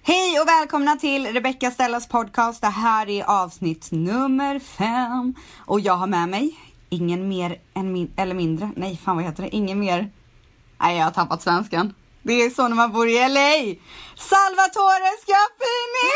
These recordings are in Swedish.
Hej och välkomna till Rebecca Stellas podcast. Det här är avsnitt nummer 5. Och jag har med mig ingen mer än eller mindre. Nej, fan vad heter det? Ingen mer. Nej, jag har tappat svenskan. Det är så när man bor i LA. Salvatore Scappini!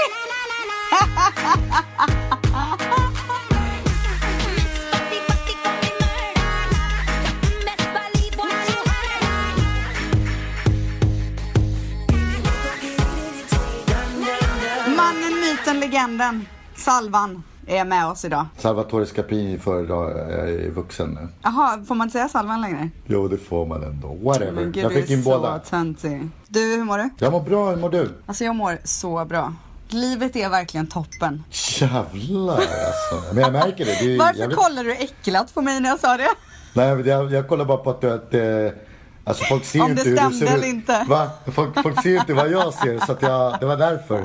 Mannen, myten, legenden, Salvan är med oss idag. Salvatore Scappini för idag, jag är vuxen nu. Jaha, får man inte säga Salvan längre? Jo, det får man ändå. Whatever. Men gud, jag fick in båda. Töntig. Du, hur mår du? Jag mår bra, hur mår du? Alltså jag mår så bra. Livet är verkligen toppen. Jävlar alltså. Men jag märker det. Varför kollar du äcklat på mig när jag sa det? Nej, jag kollar bara på att alltså folk ser om det inte hur stämde du ser eller ut. inte. Va? Folk ser inte vad jag ser, så att det var därför.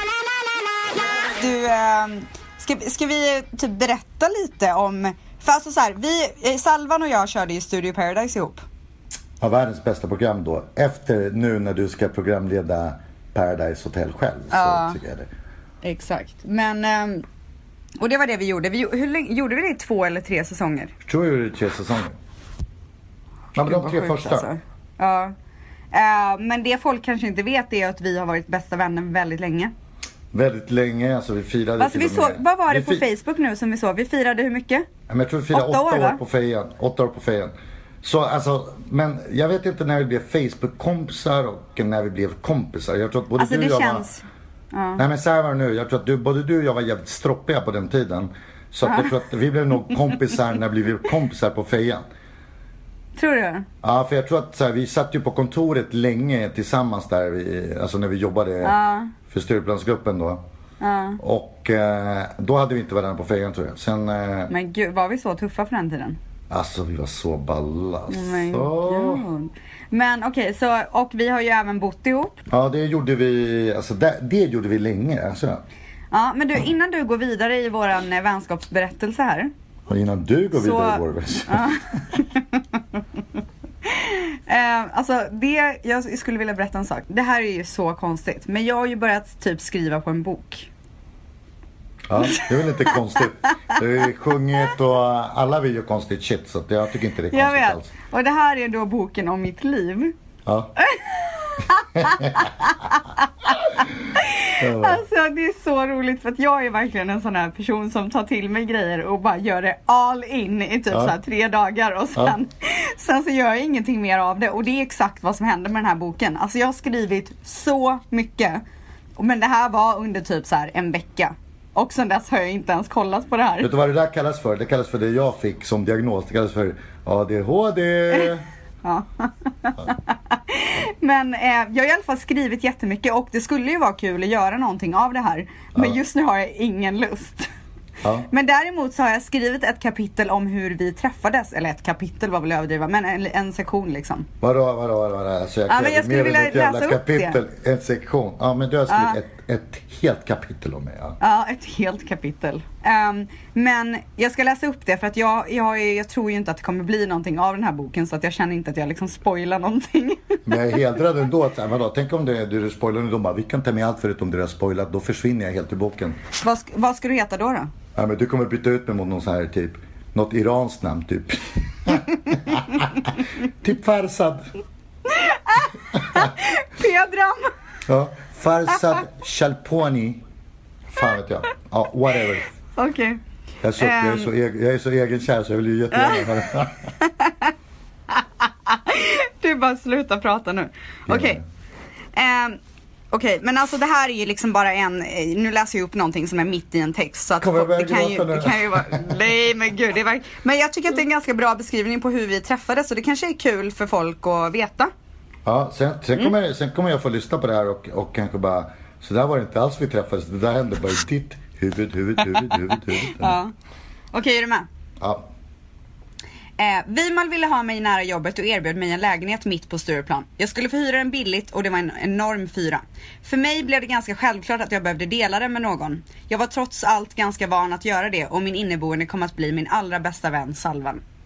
Du, ska vi typ berätta lite om... För alltså så här, Salvan och jag körde ju Studio Paradise ihop. Ja, världens bästa program då. Efter nu när du ska programleda Paradise Hotel själv, så tycker jag det. Exakt. Men... och det var det vi gjorde. Gjorde vi det i 2 eller 3 säsonger? Jag tror jag gjorde 3 säsonger. Ja, men de 3 första. Alltså. Ja. Men det folk kanske inte vet är att vi har varit bästa vänner väldigt länge. Väldigt länge, alltså vi firade alltså vad var det på Facebook nu som vi såg? Vi firade hur mycket? Men jag tror vi firade 8 år på fejan. 8 år på fejan. Så alltså, men jag vet inte när vi blev Facebook-kompisar och när vi blev kompisar. Jag tror att både alltså, du och det jag känns... var... Nej men så här var det nu. Jag tror att både du och jag var jävligt stroppiga på den tiden. Så att jag tror att vi blev nog kompisar när vi blev kompisar på fejan. Tror du? Ja, för jag tror att så här, vi satt ju på kontoret länge tillsammans där. Alltså när vi jobbade för Stureplansgruppen då. Och då hade vi inte varandra på fejan, tror jag. Sen, men gud, var vi så tuffa för den tiden? Alltså vi var så balla. Men okej, så och vi har ju även bott ihop. Ja, det gjorde vi. Alltså det gjorde vi länge alltså. Ja, men du, innan du går vidare i våran vänskapsberättelse här. Och innan du går vidare i vår alltså jag skulle vilja berätta en sak. Det här är ju så konstigt. Men jag har ju börjat typ skriva på en bok. Ja, det är väl inte konstigt. Det är sjungit och alla vill ju konstigt shit. Så jag tycker inte det är konstigt. Jag vet. Alls. Och det här är då boken om mitt liv. Ja. Alltså det är så roligt. För att jag är verkligen en sån här person som tar till mig grejer och bara gör det all in i typ så här 3 dagar. Och sen så gör jag ingenting mer av det. Och det är exakt vad som händer med den här boken. Alltså jag har skrivit så mycket. Men det här var under typ så här en vecka. Och sen dess har jag inte ens kollat på det här. Vet du vad det där kallas för? Det kallas för det jag fick som diagnos. Det kallas för ADHD. Ja. Men jag har i alla fall skrivit jättemycket. Och det skulle ju vara kul att göra någonting av det här. Men just nu har jag ingen lust. Ja. Men däremot så har jag skrivit ett kapitel om hur vi träffades. Eller ett kapitel var väl överdriva. Men en sektion liksom. Vadå? Alltså jag skulle vilja läsa upp kapitel, det. En sektion. Ja, men du har skrivit ett helt kapitel om mig. Ja, ett helt kapitel. Men jag ska läsa upp det för att jag tror ju inte att det kommer bli någonting av den här boken. Så att jag känner inte att jag liksom spoilar någonting. Men jag är helt rädd ändå. Tänk om du spoilar nu. De bara, vi kan ta med allt förutom det du har spoilat. Då försvinner jag helt ur boken. Vad ska du heta då? Ja, men du kommer byta ut mig mot någon sån här typ. Något iranskt namn typ. Typ Farsad. Pedram. Ja, Farsad Shalponi. Fan vet jag. Ja, whatever. Okej. Jag är så egenkär så jag vill ju jättegärna höra. Du bara sluta prata nu. Okej. Okej, men alltså det här är ju liksom bara nu läser jag upp någonting som är mitt i en text så att det kan ju vara nej men gud, men jag tycker att det är en ganska bra beskrivning på hur vi träffades så det kanske är kul för folk att veta. Ja, sen kommer jag få lyssna på det här och kanske bara så där var det inte alls vi träffades, det där hände bara i ditt huvud. Ja. Okej, är du med? Ja. Vimal ville ha mig nära jobbet och erbjöd mig en lägenhet mitt på Stureplan. Jag skulle få hyra den billigt och det var en enorm fyra. För mig blev det ganska självklart att jag behövde dela det med någon. Jag var trots allt ganska van att göra det och min inneboende kom att bli min allra bästa vän Salvan.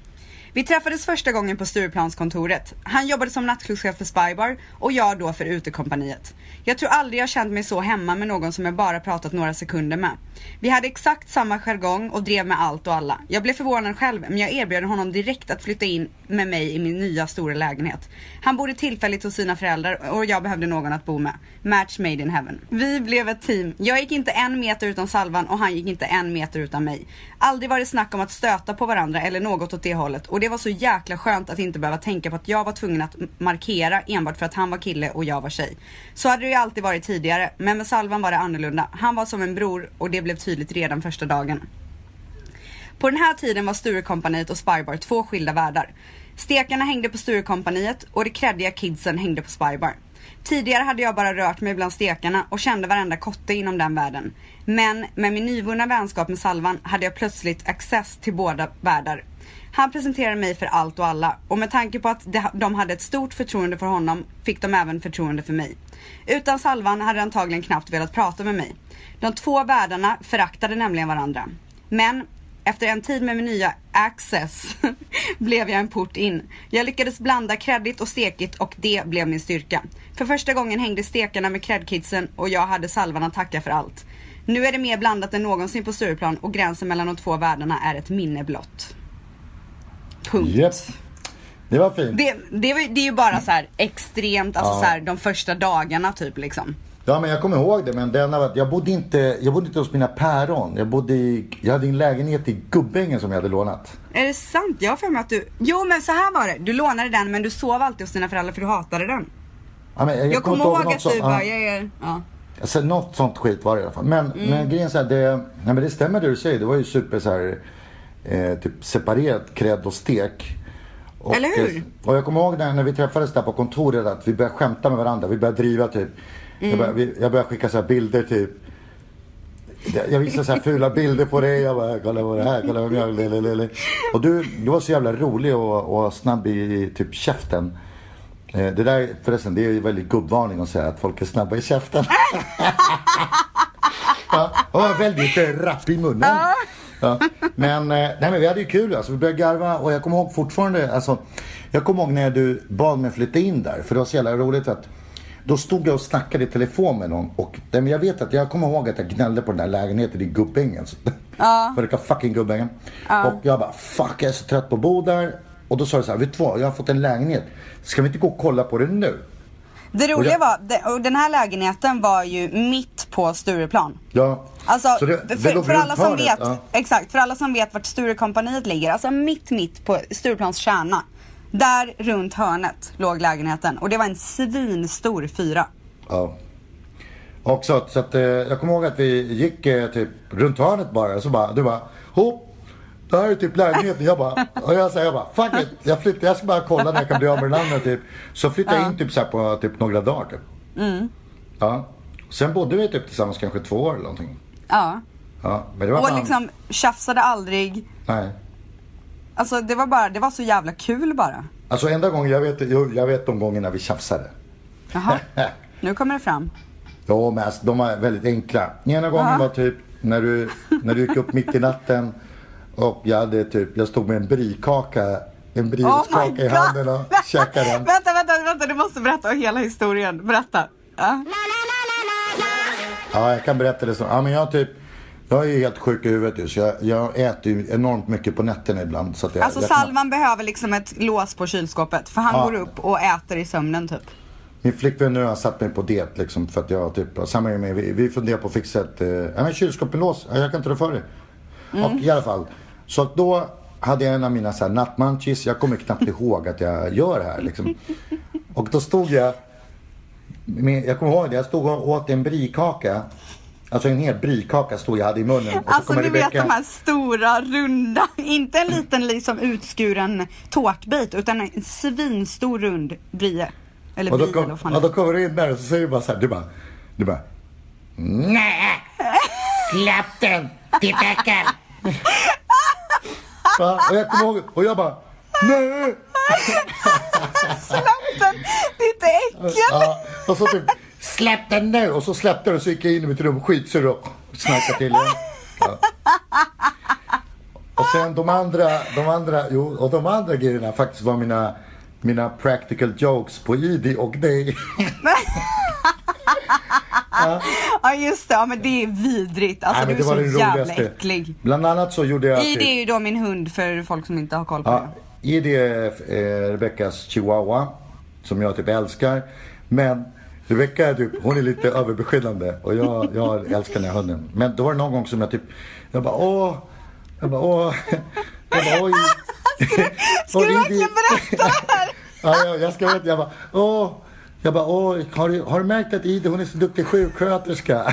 Vi träffades första gången på Stureplanskontoret. Han jobbade som nattklubbschef för Spybar och jag då för utekompaniet. Jag tror aldrig jag känt mig så hemma med någon som jag bara pratat några sekunder med. Vi hade exakt samma jargong och drev med allt och alla. Jag blev förvånad själv, men jag erbjöd honom direkt att flytta in med mig i min nya stora lägenhet. Han bodde tillfälligt hos sina föräldrar och jag behövde någon att bo med. Match made in heaven. Vi blev ett team. Jag gick inte 1 meter utan Salvan och han gick inte 1 meter utan mig. Aldrig var det snack om att stöta på varandra eller något åt det hållet. Och det var så jäkla skönt att inte behöva tänka på att jag var tvungen att markera enbart för att han var kille och jag var tjej. Så hade det ju alltid varit tidigare, men med Salvan var det annorlunda. Han var som en bror och det blev tydligt redan första dagen. På den här tiden var Sturekompaniet och Spybar 2 skilda världar. Stekarna hängde på Sturekompaniet och de kreddiga kidsen hängde på Spybar. Tidigare hade jag bara rört mig bland stekarna och kände varenda kotte inom den världen. Men med min nyvunna vänskap med Salvan hade jag plötsligt access till båda världar. Han presenterade mig för allt och alla, och med tanke på att de hade ett stort förtroende för honom fick de även förtroende för mig. Utan Salvan hade antagligen knappt velat prata med mig. De 2 världarna föraktade nämligen varandra. Men efter en tid med min nya access blev jag en port in. Jag lyckades blanda kreddigt och stekigt och det blev min styrka. För första gången hängde stekarna med kreddkidsen och jag hade Salvan att tacka för allt. Nu är det mer blandat än någonsin på Stureplan och gränsen mellan de 2 världarna är ett minne blott. Punkt. Yep. Det var fint. Det är ju bara så här extremt, alltså så här, de första dagarna typ liksom. Ja, men jag kommer ihåg det, men jag bodde inte hos mina päron. Jag hade en lägenhet i Gubbängen som jag hade lånat. Är det sant? Jag har för mig att du... Jo, men så här var det. Du lånade den, men du sov alltid hos dina föräldrar för du hatade den. Ja, men jag kommer ihåg att du bara... Ja. Alltså, något sånt skit var det i alla fall. Men grejen så här, men det stämmer det du säger. Det var ju super så här, typ separerat kredd och stek. Och, eller hur? Och jag kommer ihåg när vi träffades där på kontoret att vi började skämta med varandra. Vi började driva typ. Jag började skicka så här bilder typ. Jag visade så här fula bilder på dig. Jag bara, kolla på det här, kolla på mig. Och du var så jävla rolig och snabb i typ käften. Det där förresten, det är ju väldigt gubbvarning att säga att folk är snabba i käften. Ja, och väldigt rapp i munnen. Ja. Men vi hade ju kul alltså. Vi började garva och jag kommer ihåg fortfarande alltså, jag kommer ihåg när du bad mig flytta in där. För det var så jävla roligt att då stod jag och snackade i telefon med någon. Och jag vet att jag kommer ihåg att jag gnällde på den där lägenheten i Gubbängen. För det var fucking Gubbängen. Och jag bara, fuck, jag är så trött på att bo där. Och då sa jag så här, vet du vad, jag har fått en lägenhet. Ska vi inte gå och kolla på det nu? Det roliga var, och den här lägenheten var ju mitt på Stureplan. Ja. Alltså, för alla som vet, exakt, för alla som vet vart Sturekompaniet ligger, alltså mitt på Stureplans kärna. Där runt hörnet låg lägenheten. Och det var en svinstor 4. Ja. Och så att jag kommer ihåg att vi gick typ runt hörnet bara. Så bara, du bara, hopp. Det här är typ lägenheten. Jag bara, fuck it. Jag ska bara kolla när jag kan bli av med den andra typ. Så flyttade jag in typ så här på typ några dagar typ. Ja. Sen bodde vi typ tillsammans kanske 2 år eller någonting. Ja. Ja, men det var och liksom tjafsade aldrig. Nej. Alltså det var så jävla kul bara. Alltså enda gången jag vet de gångerna vi tjafsade. Jaha. Nu kommer det fram. Ja, men alltså, de var väldigt enkla. Ena gången var typ när du gick upp mitt i natten och jag stod med en brikaka i handen och käkade den. Vänta, du måste berätta hela historien. Berätta. Ja, jag kan berätta det så. Ja, men jag är ju helt sjuk i huvudet så jag äter ju enormt mycket på nätterna ibland. Så att Salvan behöver liksom ett lås på kylskåpet. För han går upp och äter i sömnen typ. Min flickvän nu har satt mig på det liksom, för att jag typ samma med vi funderar på att fixa ett kylskåpslås. Jag kan inte det för det. Och i alla fall. Så att då hade jag en av mina så här nattmunchies. Jag kommer knappt ihåg att jag gör det här liksom. Och då stod jag kommer ihåg det. Jag stod och åt en brikaka. Alltså en hel brikaka stod jag hade i munnen. Och alltså ni vet de här stora, runda. Inte en liten liksom utskuren tårtbit. Utan en svinstor rund brie. Eller brie eller vad fan. Och då kommer du in där och så säger du bara så här. Du bara nej, släpp den, ditt äckel. Och jag kommer ihåg, och jag bara nej. Släpp den, ditt äckel. Ja, och så typ släpp den nu. Och så släppte den och så gick jag in i mitt rum skitsur och snackade till igen. Ja. Och sen de andra grejerna faktiskt var mina practical jokes på ID och dig. Ja just det, ja, men det är vidrigt. Alltså du är så jävla äcklig. Bland annat så gjorde jag... ID är ju då min hund för folk som inte har koll på det. ID är Rebeckas chihuahua som jag typ älskar. Men Rebecca är typ, hon är lite överbeskyddande och jag älskar den här hunden. Men då var det någon gång som jag bara oj. Ska du verkligen berätta det här? Ja, jag ska berätta. Har du märkt att Ida, hon är så duktig sjuksköterska?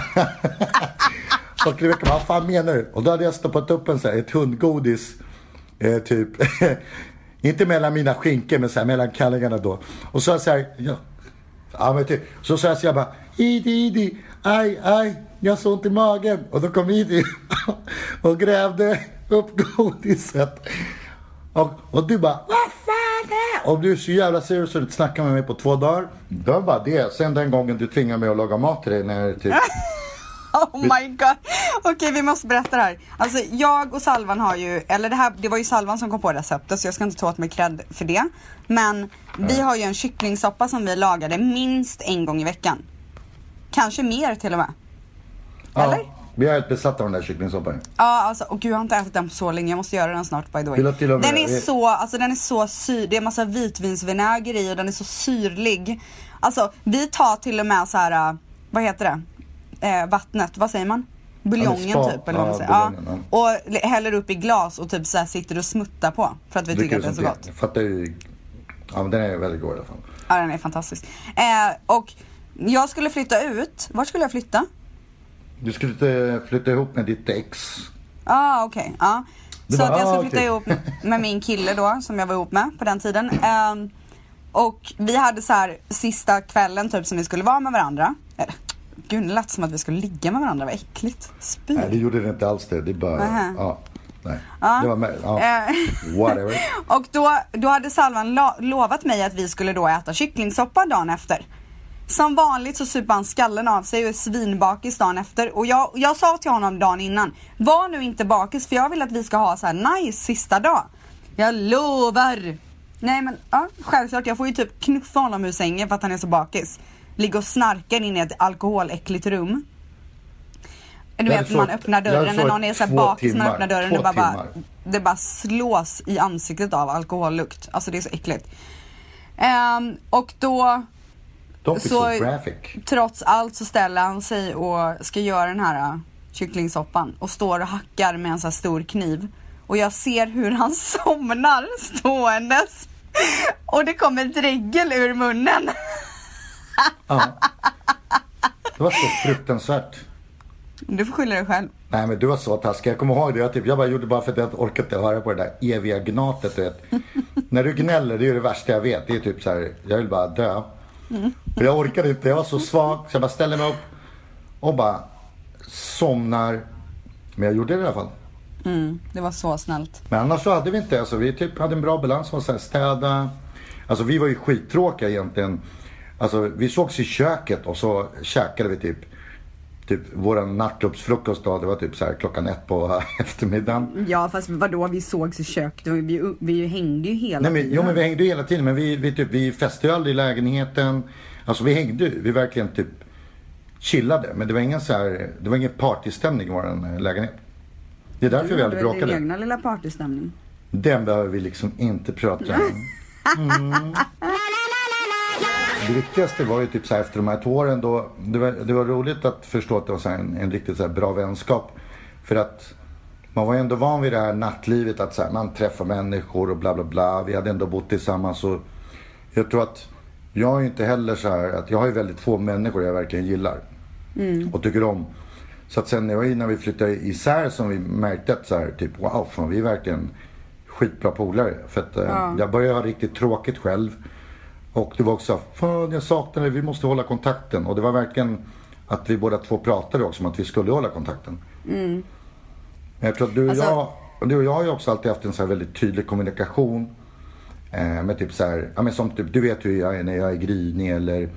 Och Rebecca, vad fan menar du? Och då hade jag stoppat upp ett hundgodis typ inte mellan mina skinkor men så här, mellan kallingarna då. Och så här, men typ, så sa jag bara Idi, aj, jag har så ont i magen. Och då kom Idi och grävde upp godiset. Och du bara, vad fan är? Och du är så jävla seriös så du snackar med mig på 2 dagar. Det var bara det. Sen den gången du tvingade mig att laga mat till dig när typ... Oh my god. Okej, vi måste berätta det här. Alltså jag och Salvan har ju, eller det var ju Salvan som kom på receptet, så jag ska inte ta åt mig cred för det. Men vi har ju en kycklingsoppa som vi lagade minst en gång i veckan. Kanske mer till och med. Eller? Ja, vi har ett besatt av den där kycklingsoppan. Ja, alltså, och gud jag har inte ätit den på så länge. Jag måste göra den snart by the way. Den är så det är massa vitvinsvinäger i och den är så syrlig. Alltså, vi tar till och med så här, vad heter det? Vattnet, vad säger man? Buljongen typ eller vad man säger. Ja. Och häller upp i glas och typ så här sitter och smuttar på för att vi tycker att det är så gott. Jag fattar ju. Ja, men den är väldigt god i alla fall. Ja, den är fantastisk. Och jag skulle flytta ut. Var skulle jag flytta? Du skulle flytta ihop med ditt ex. Okej. Ja. Så att jag skulle flytta ihop med min kille då som jag var ihop med på den tiden. Och vi hade så här sista kvällen typ som vi skulle vara med varandra. Gud, det lät som att vi skulle ligga med varandra. Vad äckligt. Spy. Nej, det gjorde det inte alls det. Det är bara... Nej. Det var med, whatever. Och då hade Salvan lovat mig att vi skulle då äta kycklingsoppa dagen efter. Som vanligt så super han skallen av sig och är svinbakis dagen efter. Och jag sa till honom dagen innan, var nu inte bakis för jag vill att vi ska ha så här nice sista dag. Jag lovar. Nej men, självklart. Jag får ju typ knuffa honom ur sängen för att han är så bakis. Ligga och snarka in i ett alkoholäckligt rum. Du vet man öppnar dörren när någon är så här bakis, man öppnar dörren och det bara slås i ansiktet av alkohollukt. Alltså det är så äckligt. Och då så trots allt så ställer han sig och ska göra den här kycklingsoppan och står och hackar med en så här stor kniv. Och jag ser hur han somnar ståendes. Och det kommer dregel ur munnen. Ja. Det var så fruktansvärt. Du får skylla dig själv. Nej men du var så taskig. Jag kommer ihåg det. Jag bara gjorde bara för att jag orkade inte höra på det där eviga gnatet. Du vet. När du gnäller, det är det värsta jag vet. Det är typ så här, jag vill bara dö. Och jag orkade inte, jag var så svag. Så jag bara ställde mig upp och bara somnar. Men jag gjorde det i alla fall. Det var så snällt. Men annars så hade vi inte, alltså, vi typ hade en bra balans. Och så här, städa. Alltså vi var ju skittråkiga egentligen. Alltså vi sågs i köket och så käkade vi typ våran nattklubbsfrukost då. Det var typ så här 1:00 på eftermiddagen. Ja fast vadå, vi sågs i köket. Vi hängde ju hela tiden. Jo men vi hängde ju hela tiden. Men vi festade ju aldrig i lägenheten. Alltså vi hängde ju. Vi verkligen typ chillade. Men det var ingen så här, det var ingen partystämning i våran lägenhet. Det är därför vi aldrig bråkade. Det är din egna lilla partystämning. Den behöver vi liksom inte prata om. Det viktigaste var ju typ så här efter de här 2 åren då, det var roligt att förstå att det var så här en riktigt så här bra vänskap. För att man var ju ändå van vid det här nattlivet, att så här, man träffar människor och bla bla bla. Vi hade ändå bott tillsammans och jag tror att jag är inte heller så här, att jag har ju väldigt få människor jag verkligen gillar och tycker om. Så att sen när vi flyttade isär som vi märkte att så här, typ wow, fan, vi är verkligen skitbra polare. För att jag började ha riktigt tråkigt själv. Och det var också, fan jag saknar det, vi måste hålla kontakten. Och det var verkligen att vi båda två pratade också om att vi skulle hålla kontakten. Men jag tror att du och jag har ju också alltid haft en så här väldigt tydlig kommunikation. Med typ så här, ja men som typ, du vet hur jag är när jag är grinig eller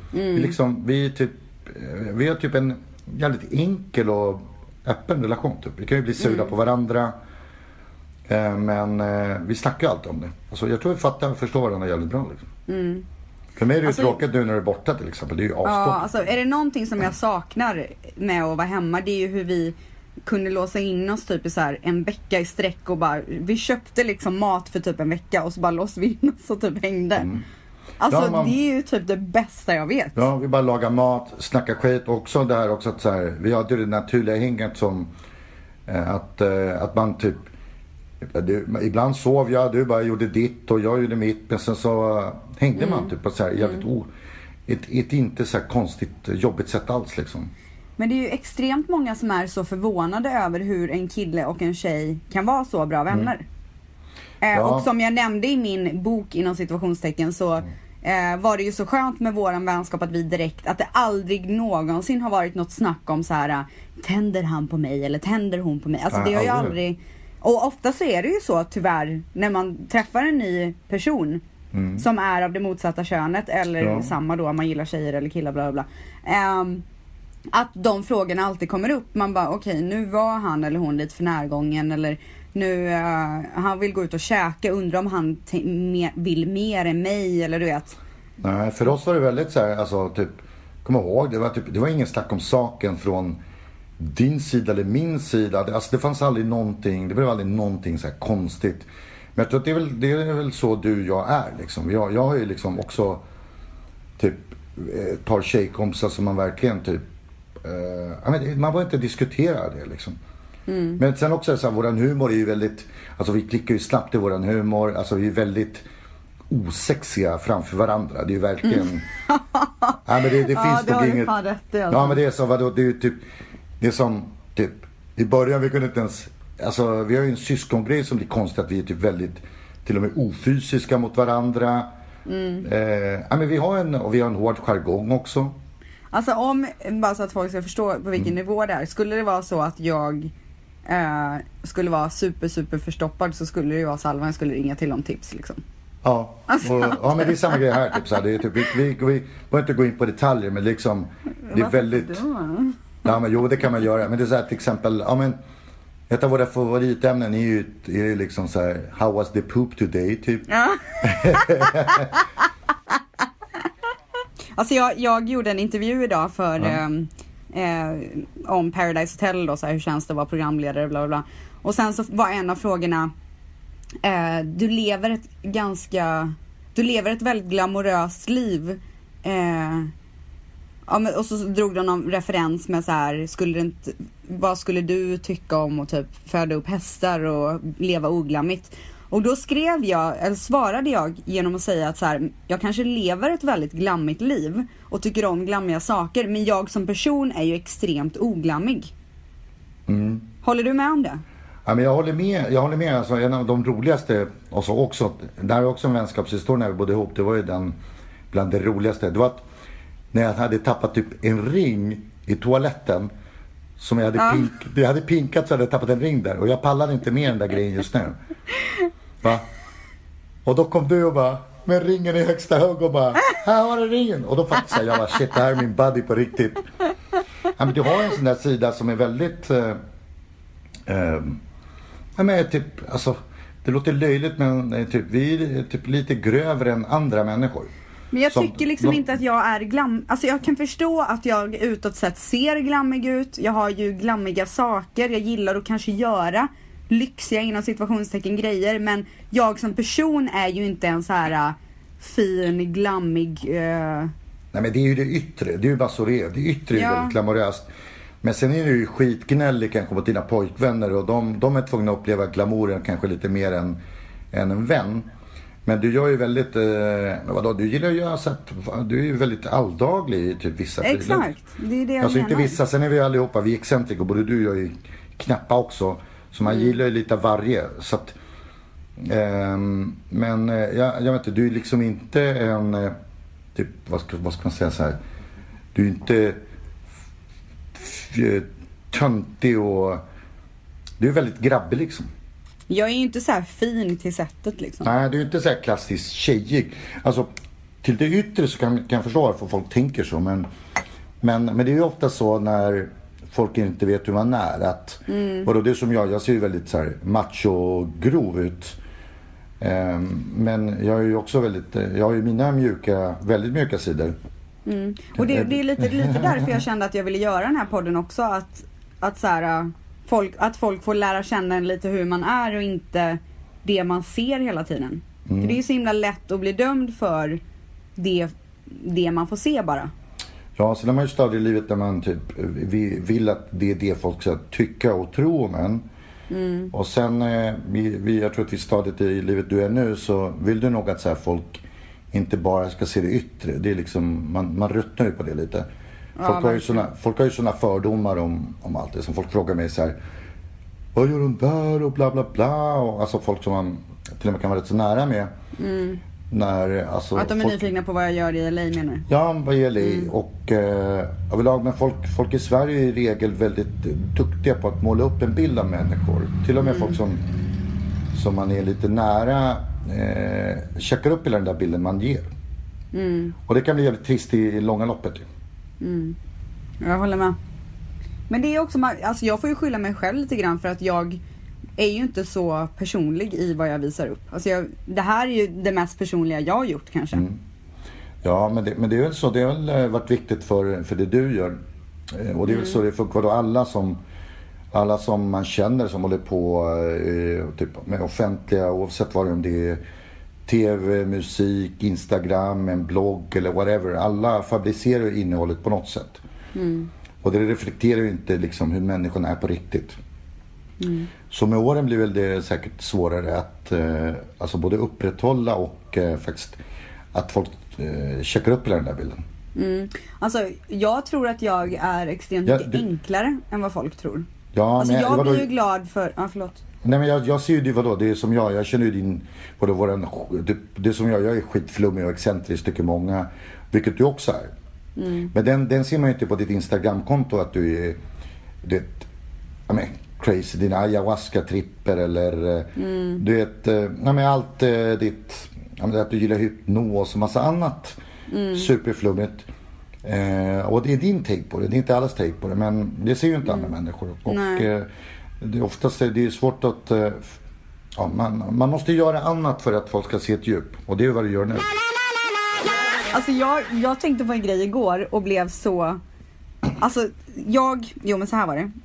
vi har typ en väldigt enkel och öppen relation typ. Vi kan ju bli sura på varandra. Men vi snackar ju alltid om det. Alltså, jag tror vi förstår varandra jävligt bra liksom. För mig är det ju tråkigt nu när du är borta till exempel. Det är ju avstånd. Ja, alltså är det någonting som jag saknar med att vara hemma, det är ju hur vi kunde låsa in oss typ i så här en vecka i sträck och bara, vi köpte liksom mat för typ en vecka och så bara låste vi in oss och typ hängde. Alltså det är ju typ det bästa jag vet. Ja, vi bara lagar mat, snackar skit. Och också det här också att så här, vi hade det naturliga hänget som att man typ ibland sov jag, du bara gjorde ditt och jag gjorde mitt, men sen så hängde man typ på så här jävligt ett inte så här konstigt jobbigt sätt alls liksom. Men det är ju extremt många som är så förvånade över hur en kille och en tjej kan vara så bra vänner. Och som jag nämnde i min bok inom situationstecken så var det ju så skönt med våran vänskap att vi direkt, att det aldrig någonsin har varit något snack om så här: tänder han på mig eller tänder hon på mig? Alltså det har ju aldrig. Och ofta så är det ju så tyvärr när man träffar en ny person som är av det motsatta könet eller samma då, man gillar tjejer eller killar bla bla bla. Att de frågorna alltid kommer upp. Man bara okej, nu var han eller hon lite för närgången, eller nu han vill gå ut och käka, undrar om han vill mer än mig, eller du vet. Nej, för oss var det väldigt så här, alltså typ, kom ihåg, det var ingen snack om saken från din sida eller min sida. Det fanns aldrig någonting, det blev aldrig någonting så här konstigt. Men jag tror att det är väl så du och jag är liksom. Jag har ju liksom också typ ett par tjejkompisar som man verkligen typ man får inte diskutera det liksom. Men sen också så här, våran humor är ju väldigt, alltså vi klickar ju snabbt i våran humor, alltså vi är väldigt osexiga framför varandra. Det är ju verkligen men det finns nog inget. Ja, men det är så, vadå, det är ju typ, det är som typ i början vi kunde inte ens, alltså vi har ju en syskongrej som blir konstigt, att vi är typ väldigt till och med ofysiska mot varandra. Men vi har en hård jargong också. Alltså bara så att folk ska förstå på vilken nivå det är. Skulle det vara så att jag skulle vara super förstoppad, så skulle det ju vara Salva, jag skulle ringa till om tips liksom. Ja, men det är samma grej här typ, så här, det är typ, vi behöver inte gå in på detaljer, men liksom det är väldigt. Ja, men jo, det kan man göra. Men det är så här, till exempel, ett av våra favoritämnen är ju liksom så här: how was the poop today typ. Alltså jag gjorde en intervju idag för om Paradise Hotel då, så här, hur känns det att vara programledare bla bla bla. Och sen så var en av frågorna du lever ett väldigt glamoröst liv. Och så drog de någon referens med så här: vad skulle du tycka om att typ föda upp hästar och leva oglammigt? Och då svarade jag genom att säga att så här, jag kanske lever ett väldigt glammigt liv och tycker om glammiga saker, men jag som person är ju extremt oglammig. Håller du med om det? Ja, men jag håller med. Alltså, en av de roligaste, alltså också, det här är också en vänskapshistoria när vi bodde ihop, det var ju den bland det roligaste. Det var att när jag hade tappat typ en ring i toaletten som jag hade pinkat, så hade jag tappat en ring där, och jag pallade inte med den där grejen just nu. Va? Och då kom du och bara med ringen i högsta hugg och bara, här var det ringen. Och då fattade jag bara, shit, det här är min buddy på riktigt. Ja, men du har en sån där sida som är väldigt typ, alltså det låter löjligt, men typ, vi är typ lite grövre än andra människor. Men jag tycker liksom inte att jag är alltså jag kan förstå att jag utåt sett ser glammig ut. Jag har ju glammiga saker. Jag gillar att kanske göra lyxiga inom situationstecken grejer. Men jag som person är ju inte en så här fin, glammig Nej, men det är ju det yttre. Det är ju bara så det är. Det yttre är ju väldigt glamoröst. Men sen är det ju skitgnällig kanske på dina pojkvänner. Och de är tvungna att uppleva glamouren kanske lite mer än en vän. Men du gör ju väldigt, du gillar ju du är ju väldigt alldaglig i typ vissa tider. Exakt, det är det jag alltså menar. Inte vissa, sen är vi allihopa, vi är excentriker, både du och jag är knappa också. Så man gillar ju lite varje, så att, men jag vet inte, du är liksom inte en, typ, vad ska man säga så här, du är inte töntig och du är väldigt grabbig liksom. Jag är ju inte så här fin till sättet liksom. Nej, du är inte så här klassiskt tjejig. Alltså, till det yttre så kan jag förstå varför folk tänker så. Men det är ju ofta så när folk inte vet hur man är. Att, vadå, det är som jag ser ju väldigt så här macho-grov ut. Men jag är ju också jag har ju mina väldigt mjuka sidor. Och det är lite därför jag kände att jag ville göra den här podden också. Att så här, folk får lära känna lite hur man är och inte det man ser hela tiden. För det är ju så himla lätt att bli dömd för det man får se bara. Ja, så när man är stadier i livet där man typ vill att det är det folk ska tycka och tro om en. Och sen, jag tror att vi stadiet i livet du är nu, så vill du nog att så här, folk inte bara ska se det yttre. Det är liksom, man ruttnar ju på det lite. Folk har ju såna fördomar om allt det. Som folk frågar mig så här: vad gör hon där och bla bla bla. Och, alltså folk som man till och med kan vara rätt så nära med. Alltså, att de är nyfikna på vad jag gör i LA, menar du? Ja, vad i LA. Och överlag, men folk i Sverige är i regel väldigt duktiga på att måla upp en bild av människor. Till och med folk som man är lite nära checkar upp hela den där bilden man ger. Och det kan bli jävligt trist i långa loppet. Jag håller med. Men det är också, alltså jag får ju skylla mig själv lite grann, för att jag är ju inte så personlig i vad jag visar upp. Alltså det här är ju det mest personliga jag har gjort kanske. Ja, men det är väl så. Det har väl varit viktigt för det du gör. Och det är väl så det funkar då. Alla som man känner som håller på typ med offentliga, oavsett vad det är TV, musik, Instagram, en blogg eller whatever. Alla fabricerar innehållet på något sätt. Och det reflekterar ju inte liksom hur människan är på riktigt. Så med åren blir väl det säkert svårare att alltså både upprätthålla och faktiskt att folk checkar upp den där bilden. Alltså jag tror att jag är extremt mycket enklare än vad folk tror. Ja, alltså men jag blir ju glad för... Ja, förlåt. Nej, men jag ser ju det, vadå, det är som jag känner ju din, det som jag är skitflummig och excentrisk, tycker många, vilket du också är. Men den ser man ju inte på ditt Instagramkonto, att du är crazy, dina ayahuasca-tripper eller du vet, allt ditt, att du gillar hypnos och massa annat superflummigt. Och det är din take på det, det är inte allas take på det, men det ser ju inte andra människor. Och oftast är det svårt att man måste göra annat för att folk ska se ett djup, och det är vad du gör nu. Alltså jag tänkte på en grej igår och blev så, alltså men så här var det.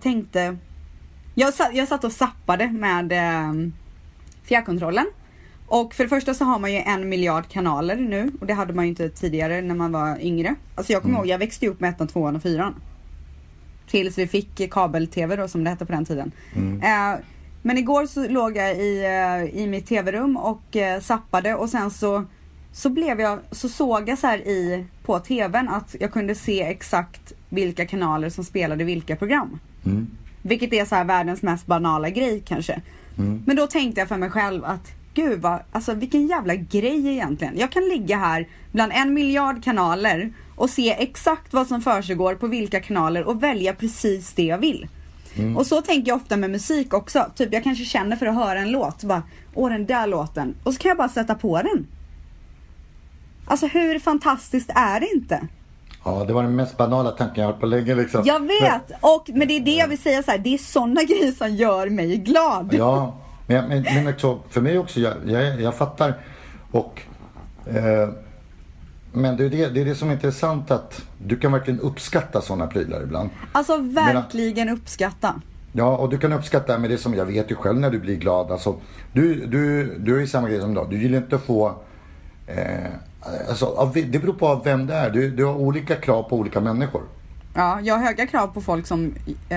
Jag satt och zappade med fjärrkontrollen. Och för det första så har man ju 1 miljard kanaler nu. Och det hade man ju inte tidigare när man var yngre. Alltså jag kommer ihåg, jag växte upp med 1, 2 och 4. Tills vi fick kabel-tv då, som det hette på den tiden. Men igår så låg jag i mitt tv-rum och zappade. Och sen så såg jag så här på tvn att jag kunde se exakt vilka kanaler som spelade vilka program. Vilket är så här världens mest banala grej kanske. Men då tänkte jag för mig själv att gud alltså vilken jävla grej egentligen. Jag kan ligga här bland 1 miljard kanaler och se exakt vad som försiggår på vilka kanaler och välja precis det jag vill. Och så tänker jag ofta med musik också. Typ jag kanske känner för att höra en låt, bara, den där låten, och så kan jag bara sätta på den. Alltså hur fantastiskt är det inte? Ja, det var den mest banala tanken jag har på länge liksom. Jag vet, men det är det jag vill säga så här, det är sådana grejer som gör mig glad. Ja, men också, för mig också, jag fattar. Och men det är det som är intressant, att du kan verkligen uppskatta sådana prylar ibland. Alltså verkligen uppskatta. Ja, och du kan uppskatta med det som jag vet ju själv när du blir glad. Alltså, du är ju samma grej som jag. Du gillar inte att få... alltså, det beror på vem det är. Du har olika krav på olika människor. Ja, jag har höga krav på folk som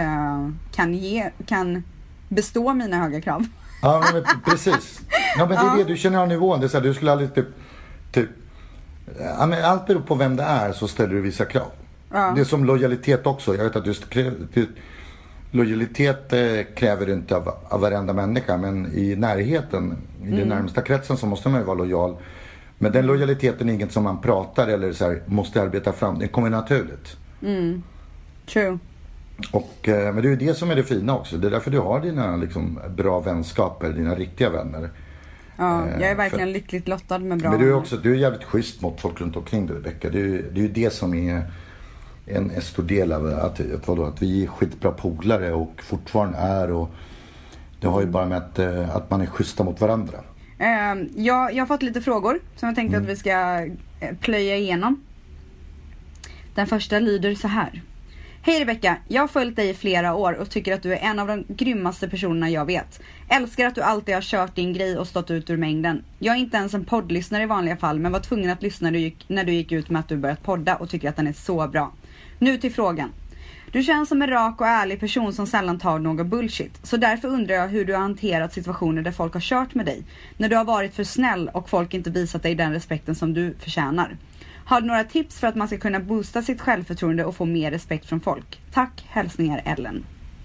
kan bestå mina höga krav. Ja, men precis. Ja, men det är det du känner av nivån. Det är så här, du skulle aldrig typ ja, men allt beror på vem det är, så ställer du vissa krav. Ja. Det är som lojalitet också. Jag vet att lojalitet kräver inte av varenda människa, men i närheten, i den närmsta kretsen, så måste man ju vara lojal. Men den lojaliteten är inget som man pratar eller så här, måste arbeta fram. Den kommer naturligt. True. Och, men det är ju det som är det fina också. Det är därför du har dina liksom, bra vänskaper, dina riktiga vänner. Ja, jag är verkligen lyckligt lottad med bra. Men du är jävligt schysst mot folk runt omkring dig, Rebecca. Det är ju det som är en stor del av att vi är skitbra polare och fortfarande är, och det har ju bara med att man är schyssta mot varandra. Jag har fått lite frågor som jag tänkte att vi ska plöja igenom. Den första lyder så här. Hej Rebecca, jag har följt dig i flera år och tycker att du är en av de grymmaste personerna jag vet. Älskar att du alltid har kört din grej och stått ut ur mängden. Jag är inte ens en poddlyssnare i vanliga fall, men var tvungen att lyssna när du gick ut med att du börjat podda och tycker att den är så bra. Nu till frågan. Du känns som en rak och ärlig person som sällan tar något bullshit. Så därför undrar jag hur du har hanterat situationer där folk har kört med dig. När du har varit för snäll och folk inte visat dig den respekten som du förtjänar. Har du några tips för att man ska kunna boosta sitt självförtroende och få mer respekt från folk? Tack, hälsningar Ellen.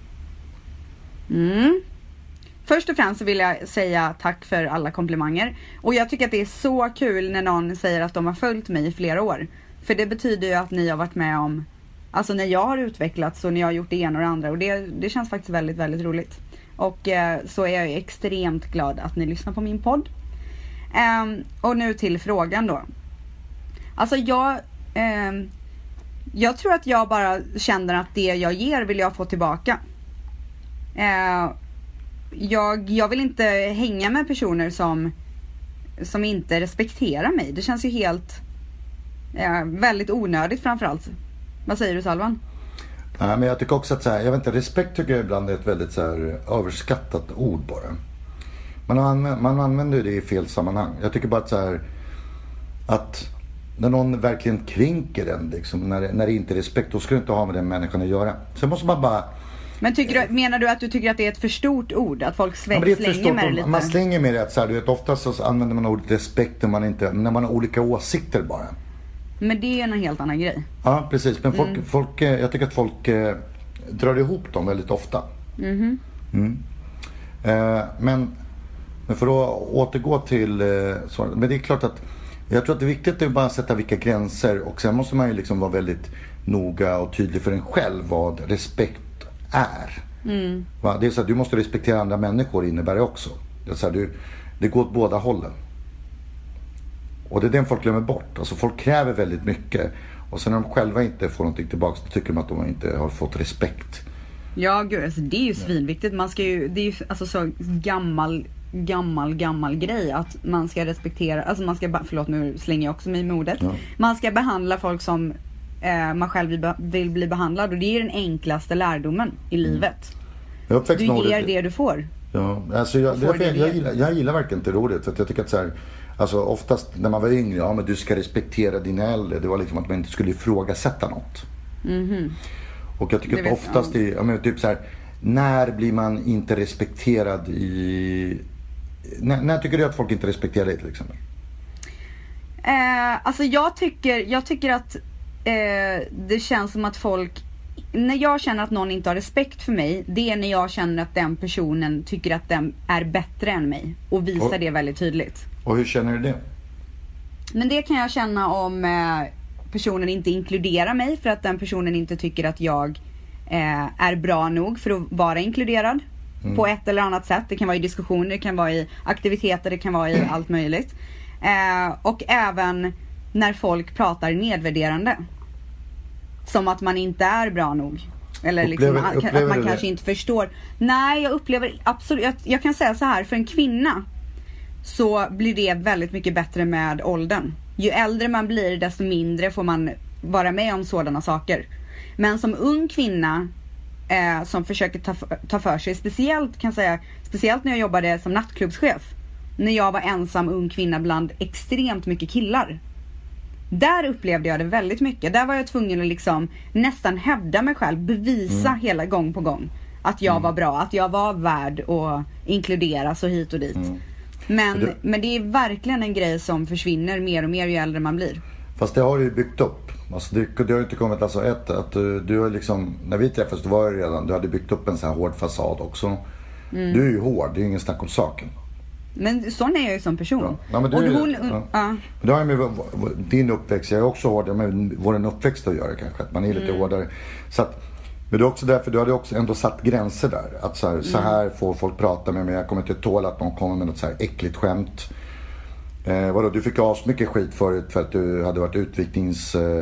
Först och främst så vill jag säga tack för alla komplimanger. Och jag tycker att det är så kul när någon säger att de har följt mig i flera år. För det betyder ju att ni har varit med om, alltså när jag har utvecklats och när jag har gjort det ena och det andra. Och det känns faktiskt väldigt, väldigt roligt. Och så är jag extremt glad att ni lyssnar på min podd. Och nu till frågan då. Alltså jag tror att jag bara känner att det jag ger vill jag få tillbaka. Jag vill inte hänga med personer som inte respekterar mig. Det känns ju helt väldigt onödigt framförallt. Vad säger du, Salvan? Nej, men jag tycker också att så här, jag vet inte, respekt tycker jag ibland är ett väldigt så här överskattat ord bara. Man använder det i fel sammanhang. Jag tycker bara att så här, att när någon verkligen kränker den liksom, när det inte är respekt, då ska du inte ha med den människan att göra. Sen måste man bara... Men menar du att du tycker att det är ett för stort ord? Att folk slänger med det lite? Man slänger med det, så här, du vet, oftast så använder man ordet respekt när man har olika åsikter bara. Men det är en helt annan grej. Ja, precis. Men folk, jag tycker att folk drar ihop dem väldigt ofta. Men för att återgå till svaret. Men det är klart att jag tror att det är viktigt att bara sätta vilka gränser. Och sen måste man ju liksom vara väldigt noga och tydlig för en själv vad respekt är. Det är så att du måste respektera andra människor, innebär det också. Det är så här, det går åt båda hållen. Och det är den folk glömmer bort. Alltså folk kräver väldigt mycket. Och sen när de själva inte får någonting tillbaka, så tycker de att de inte har fått respekt. Ja, gud, alltså det är ju svinviktigt. Man ska ju, det är ju alltså så gammal grej att man ska respektera, alltså man ska, förlåt nu slänger jag också mig i ordet. Ja. Man ska behandla folk som man själv vill bli behandlad, och det är den enklaste lärdomen i livet. Du ger det du får. Ja, alltså jag gillar verkligen inte ordet, för att jag tycker att så här, alltså oftast när man var yngre, ja men du ska respektera dina äldre, det var liksom att man inte skulle ifrågasätta något. Och jag tycker att oftast typ så här, när blir man inte respekterad när tycker du att folk inte respekterar dig till exempel? Alltså jag tycker att det känns som att folk, när jag känner att någon inte har respekt för mig, det är när jag känner att den personen tycker att den är bättre än mig och visar det väldigt tydligt. Och hur känner du det? Men det kan jag känna om personen inte inkluderar mig, för att den personen inte tycker att jag är bra nog för att vara inkluderad på ett eller annat sätt. Det kan vara i diskussioner, det kan vara i aktiviteter, det kan vara i allt möjligt. Och även när folk pratar nedvärderande, som att man inte är bra nog, eller liksom att man kanske inte förstår. Nej, jag upplever absolut, jag kan säga så här, för en kvinna så blir det väldigt mycket bättre med åldern. Ju äldre man blir, desto mindre får man vara med om sådana saker. Men som ung kvinna som försöker ta för sig, speciellt när jag jobbade som nattklubbschef, när jag var ensam ung kvinna bland extremt mycket killar, där upplevde jag det väldigt mycket. Där var jag tvungen att liksom nästan hävda mig själv, bevisa hela gång på gång att jag var bra, att jag var värd att inkluderas och hit och dit. Men det är verkligen en grej som försvinner mer och mer ju äldre man blir. Fast det har du ju byggt upp. Alltså det har ju inte kommit, alltså att du har liksom, när vi träffades, då var det redan, du hade byggt upp en så här hård fasad också. Du är ju hård, det är ju ingen snack om saken. Men sån är jag ju som person. Ja, men det har ju med din uppväxt, jag är också hård, med vår uppväxt att göra kanske, att man är lite hårdare. Så att, men det är också därför du hade också ändå satt gränser där. Att så här får folk prata med mig, jag kommer inte tåla att någon kommer med något så här äckligt skämt. Du fick så mycket skit förut för att du hade varit utvikningsmamma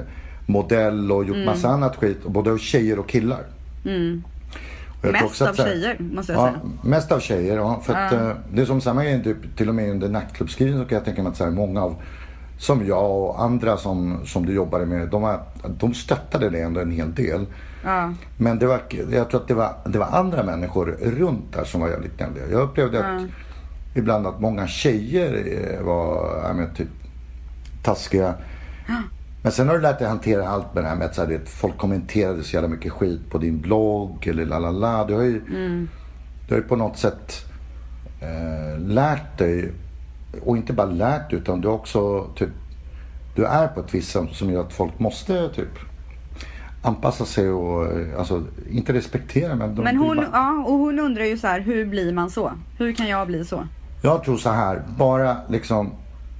modell och gjort massa annat skit. Och både tjejer och killar. Mest av tjejer, måste jag säga. Mest av tjejer, ja. För att, det är som samma grej, typ, till och med under nattklubbskrivning så kan jag tänka mig att så här, många av, som jag och andra som du jobbade med, de stöttade det ändå en hel del. Ja. Men jag tror att det var andra människor runt där som var jävligt gnälliga. Jag upplevde att ibland att många tjejer var typ taskiga. Men sen har du lärt dig hantera allt med det här med att folk kommenterade så jävla mycket skit på din blogg eller lalala. Du har ju på något sätt lärt dig, och inte bara lärt dig, utan du har också typ, du är på ett visst som gör att folk måste typ anpassa sig och alltså inte respektera. Men hon undrar ju så här, hur blir man så? Hur kan jag bli så? Jag tror så här, bara liksom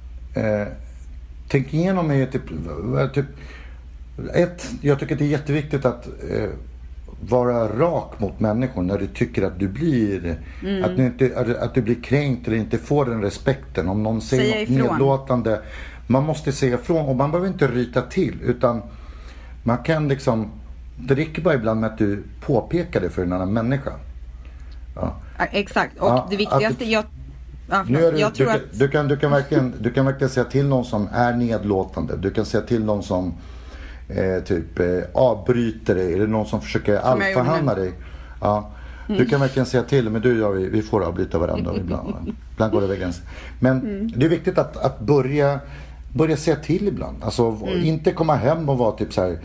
tänk igenom mig typ jag tycker att det är jätteviktigt att vara rak mot människor när du tycker att du blir att du blir kränkt eller inte får den respekten. Om någon säger något nedlåtande, man måste säga ifrån, och man behöver inte ryta till, utan man kan liksom, det räcker bara ibland med att du påpekar det för en annan människa. Ja. Exakt, och det viktigaste du kan verkligen säga till någon som är nedlåtande. Du kan säga till någon som avbryter dig, eller någon som försöker alfahanna dig. Ja. Du kan verkligen säga till, men vi får avbryta varandra ibland. Ibland går det över gränsen. Men det är viktigt att börja säga till ibland. Alltså inte komma hem och vara typ så här,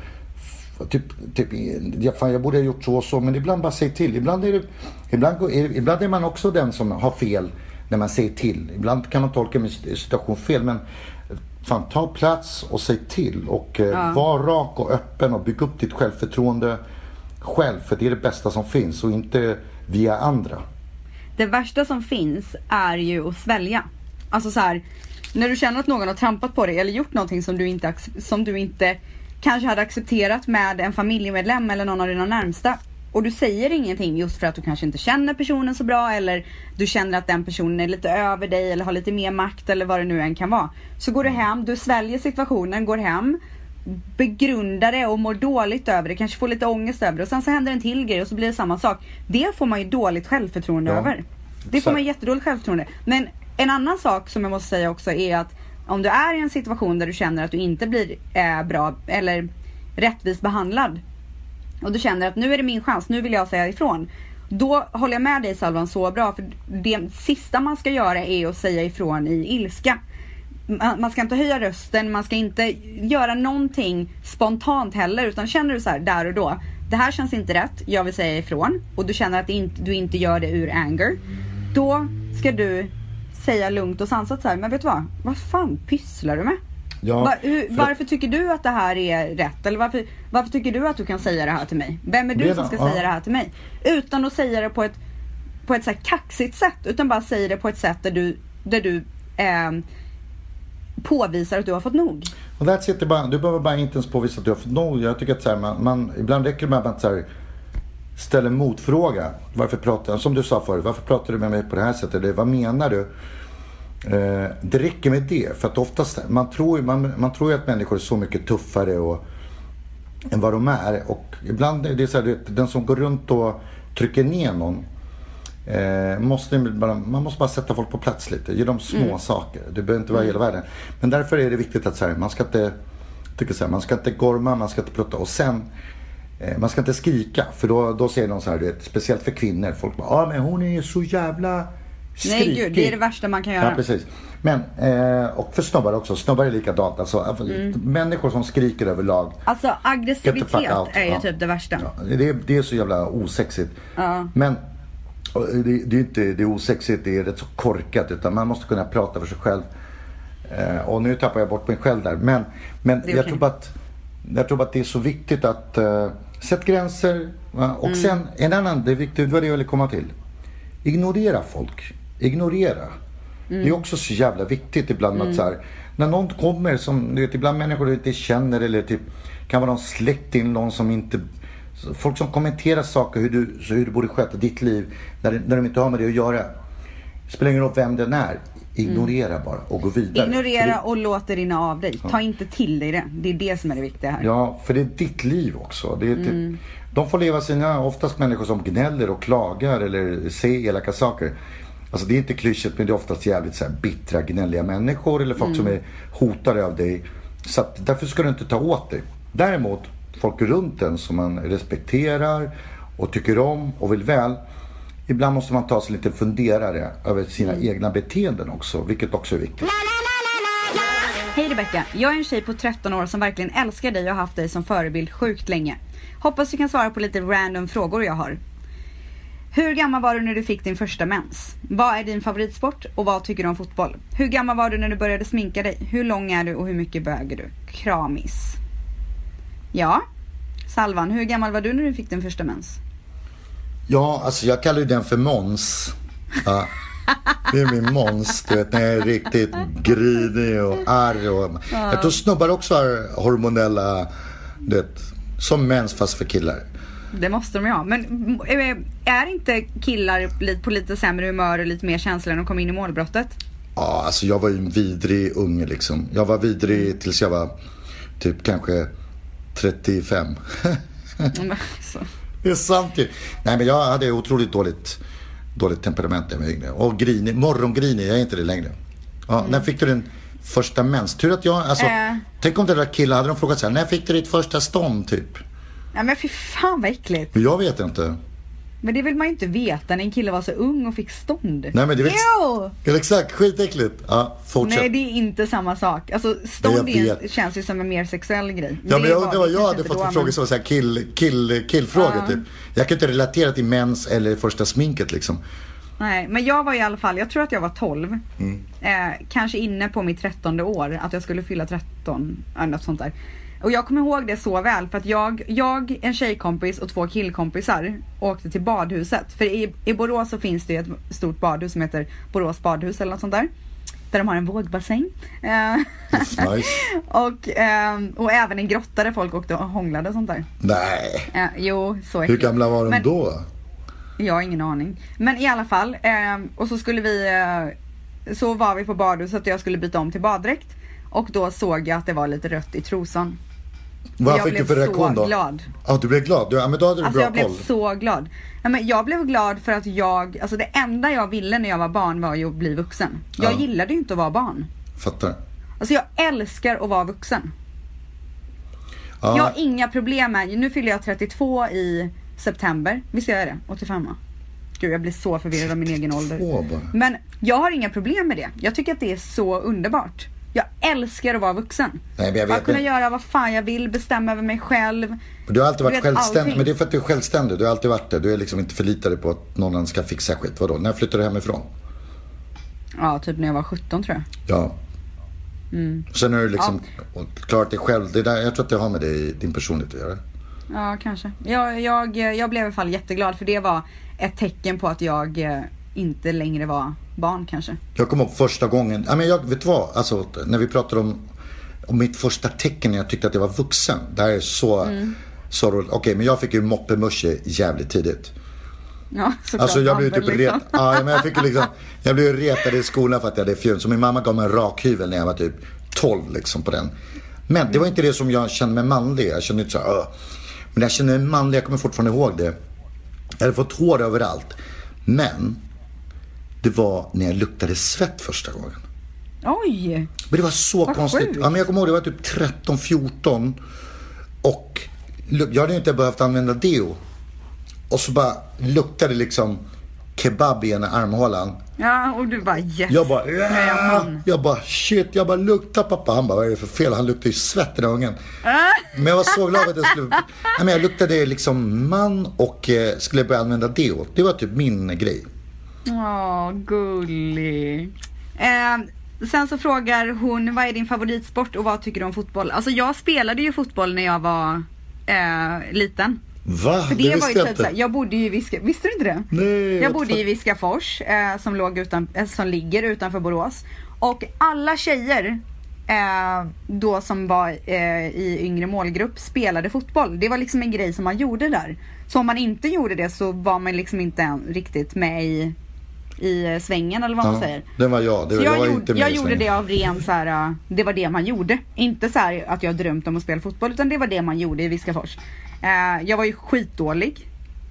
jag borde ha gjort så och så, men ibland bara säg till. Ibland är man också den som har fel när man säger till. Ibland kan man tolka min situation fel, men fan, ta plats och säg till och var rak och öppen och bygg upp ditt självförtroende själv, för det är det bästa som finns, och inte via andra. Det värsta som finns är ju att svälja. Alltså så här, när du känner att någon har trampat på dig eller gjort någonting som du inte kanske hade accepterat med en familjemedlem eller någon av dina närmsta, och du säger ingenting just för att du kanske inte känner personen så bra, eller du känner att den personen är lite över dig eller har lite mer makt, eller vad det nu än kan vara. Så går du hem, du sväljer situationen, går hem, begrundar det och mår dåligt över det, kanske får lite ångest över det, och sen så händer en till grej och så blir det samma sak. Det får man ju dåligt självförtroende över. Det får man jättedåligt självförtroende. Men en annan sak som jag måste säga också är att om du är i en situation där du känner att du inte blir bra eller rättvist behandlad, och du känner att nu är det min chans, nu vill jag säga ifrån, då håller jag med dig, Salvan, så bra. För det sista man ska göra är att säga ifrån i ilska. Man ska inte höja rösten, man ska inte göra någonting spontant heller, utan känner du så här där och då, det här känns inte rätt, jag vill säga ifrån, och du känner att du inte gör det ur anger, då ska du säga lugnt och sansat så här, men vet du vad fan pysslar du med? Ja, varför tycker du att det här är rätt? Eller varför tycker du att du kan säga det här till mig? Vem är du som ska säga det här till mig? Utan att säga det på ett så här kaxigt sätt, utan bara säga det på ett sätt där du påvisar att du har fått nog. Och that's it, du behöver bara inte ens påvisa att du har fått nog. Jag tycker att så här, man ibland räcker det med att så här, ställa en motfråga. Som du sa förut, varför pratar du med mig på det här sättet? Eller vad menar du? Det räcker med det, för att oftast man tror ju att människor är så mycket tuffare än vad de är, och ibland är det så här, den som går runt och trycker ner någon man måste bara sätta folk på plats lite, ge dem små saker. Det behöver inte vara hela världen, men därför är det viktigt att så här, man ska inte gorma, man ska inte prata, och sen man ska inte skrika, för då säger någon så här, speciellt för kvinnor, folk bara, men hon är så jävla skrikig. Nej gud, det är det värsta man kan göra. Ja, precis. Men, och för snobbar också. Snobbar är likadant. Alltså, människor som skriker överlag. Alltså aggressivitet är ju typ det värsta. Ja, det är så jävla osexigt. Men det är inte det är osexigt, det är rätt så korkat. Utan man måste kunna prata för sig själv. Och nu tappar jag bort mig själv där. Men jag tror att det är så viktigt att sätta gränser. Och sen en annan, det är viktigt, vad det jag vill komma till. Ignorera folk. Ignorera. Det är också så jävla viktigt ibland att så här, när någon kommer som, du vet, ibland människor du inte känner, eller typ kan vara någon släkting, någon som inte, folk som kommenterar saker, hur du borde sköta ditt liv när de inte har med det att göra. Det spelar ingen roll vem den är. Ignorera bara och gå vidare. Ignorera och låt det rinna av dig. Ta inte till dig det. Det är det som är det viktiga här. Ja, för det är ditt liv också. Det är typ, de får leva sina, oftast människor som gnäller och klagar eller säger elaka saker. Alltså det är inte klyschigt, men det är oftast jävligt så här bittra, gnälliga människor eller folk som är hotade av dig. Så att, därför ska du inte ta åt dig. Däremot, folk runt en som man respekterar och tycker om och vill väl. Ibland måste man ta sig lite funderare över sina egna beteenden också, vilket också är viktigt. Hej Rebecca, jag är en tjej på 13 år som verkligen älskar dig och har haft dig som förebild sjukt länge. Hoppas du kan svara på lite random frågor jag har. Hur gammal var du när du fick din första mens? Vad är din favoritsport och vad tycker du om fotboll? Hur gammal var du när du började sminka dig? Hur lång är du och hur mycket böger du? Kramis. Ja, Salvan, hur gammal var du när du fick din första mens? Ja, alltså jag kallar ju den för Måns. Ja, det är min Måns, du vet, när jag är riktigt grinig och arg. Och, jag tror snubbar också har hormonella, det, som mens fast för killar. Det måste de ju ha. Men är inte killar på lite sämre humör och lite mer känsla när de kommer in i målbrottet? Ja, alltså jag var ju en vidrig unge liksom. Jag var vidrig tills jag var typ kanske 35. Det är sant ju. Nej, men jag hade otroligt dåligt temperament när jag var yngre. Och grinig, morgongrinig, jag är inte det längre. Ja, när fick du din första mens? Tur att jag, alltså, tänk om det där killar hade de frågat så här, när fick du ditt första stånd typ? Ja, men fy fan vad äckligt. Jag vet inte. Men det vill man ju inte veta när en kille var så ung och fick stånd. Nej, men det är exakt skitäckligt. Ja, fortsätt. Nej, det är inte samma sak. Alltså stånd känns ju som en mer sexuell grej. Ja, men jag hade fått frågor som så här killfrågor typ. Jag kan inte relatera till mens eller första sminket liksom. Nej, men jag var i alla fall, jag tror att jag var 12. Kanske inne på mitt 13:e år, att jag skulle fylla 13, något sånt där. Och jag kommer ihåg det så väl för att jag en tjejkompis och 2 killkompisar åkte till badhuset. För i Borås så finns det ett stort badhus som heter Borås badhus eller något sånt där. Där de har en vågbassäng. Nice. och även en grotta där folk åkte och hånglade och sånt där. Nej. Jo, så äckligt. Hur gamla var de då? Jag har ingen aning. Men i alla fall, och så skulle så var vi på badhuset och jag skulle byta om till baddräkt. Och då såg jag att det var lite rött i trosan. Vad fick du för reaktion då? Jag blev så glad. Ja, du blev glad? Ja, men då hade du alltså bra jag blev så glad. Ja, men jag blev glad för att alltså det enda jag ville när jag var barn var ju att bli vuxen. Jag gillade ju inte att vara barn. Fattar. Alltså jag älskar att vara vuxen. Ja. Jag har inga problem med, nu fyller jag 32 i september. Visst är det? 85. Gud, jag blir så förvirrad av min egen ålder. Men jag har inga problem med det. Jag tycker att det är så underbart. Jag älskar att vara vuxen. Nej, men jag vet, att kunna göra vad fan jag vill, bestämma över mig själv. Du har alltid varit självständig, men det är för att du är självständig. Du har alltid varit det. Du är liksom inte förlitad på att någon annan ska fixa skit. Vadå? När flyttade du hemifrån? Ja, typ när jag var 17 tror jag. Ja. Sen är du liksom klarat dig själv. Det där, jag tror att det har med dig, din personlighet att göra. Ja, kanske. Jag blev i alla fall jätteglad för det var ett tecken på att jag inte längre var barn kanske. Jag kommer ihåg första gången, ja men jag vet vad, alltså när vi pratade om mitt första tecken när jag tyckte att jag var vuxen. Det här är så roligt. Okej, men jag fick ju moppemusche jävligt tidigt. Ja, såklart. Alltså jag blev typ liksom. jag blev retad i skolan för att jag hade fjun. Så min mamma gav mig en rakhyvel när jag var typ 12 liksom på den. Men det var inte det som jag kände mig manlig. Jag kände inte så här, men jag kände mig manlig, jag kommer fortfarande ihåg det. Jag hade fått hår överallt. Men det var när jag luktade svett första gången. Oj! Men det var så konstigt. Ja, men jag kommer ihåg, det var typ 13-14. Och jag hade inte behövt använda deo. Och så bara luktade liksom kebab i ena armhålan. Ja, och du bara yes. Jag bara shit, jag bara luktar pappa. Han bara, vad är det för fel? Han luktade ju svett i den ungen. Men jag var så glad att jag skulle... Nej, men jag luktade liksom man och skulle börja använda deo. Det var typ min grej. Gullig. Sen så frågar hon, vad är din favoritsport och vad tycker du om fotboll? Alltså jag spelade ju fotboll när jag var liten. Va? För det var ju typ såhär, jag bodde ju i visste du inte det? Nej, jag bodde i Viskafors som ligger utanför Borås. Och alla tjejer då som var i yngre målgrupp spelade fotboll. Det var liksom en grej som man gjorde där. Så om man inte gjorde det så var man liksom inte riktigt med i i svängen eller vad man säger. Det var jag. Jag gjorde det av ren så här, det var det man gjorde. Inte så här att jag drömt om att spela fotboll, utan det var det man gjorde i Viskafors. Jag var ju skitdålig.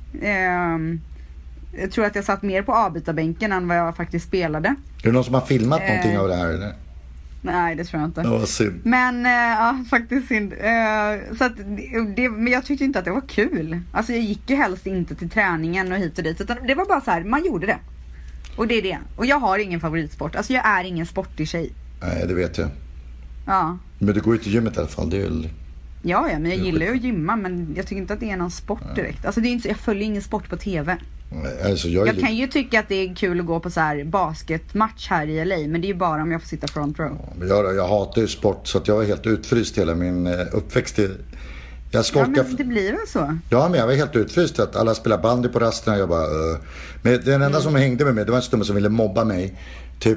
Jag tror att jag satt mer på avbytarbänken än vad jag faktiskt spelade. Är det någon som har filmat någonting av det här eller? Nej, det tror jag inte. Det var synd. Men ja, faktiskt synd. Så att men jag tyckte inte att det var kul. Alltså jag gick ju helst inte till träningen och hit och dit, utan det var bara så här, man gjorde det. Och det är det. Och jag har ingen favoritsport. Alltså jag är ingen sportig tjej. Nej, det vet jag. Ja. Men du går ju till gymmet i alla fall. Det är väl... Ja, men jag gillar ju att gymma, men jag tycker inte att det är någon sport direkt. Alltså det är inte, jag följer ingen sport på TV. Alltså, jag kan ju tycka att det är kul att gå på så här basketmatch här i LA, men det är ju bara om jag får sitta front row. Jag hatar ju sport, så att jag var helt utfryst hela min uppväxt. Jag skolkade... Ja, men det blir väl så. Ja, men jag var helt utfryst att alla spelar bandy på rasterna. Jag bara... Men den enda som hängde med mig, det var en snubbe som ville mobba mig. Typ.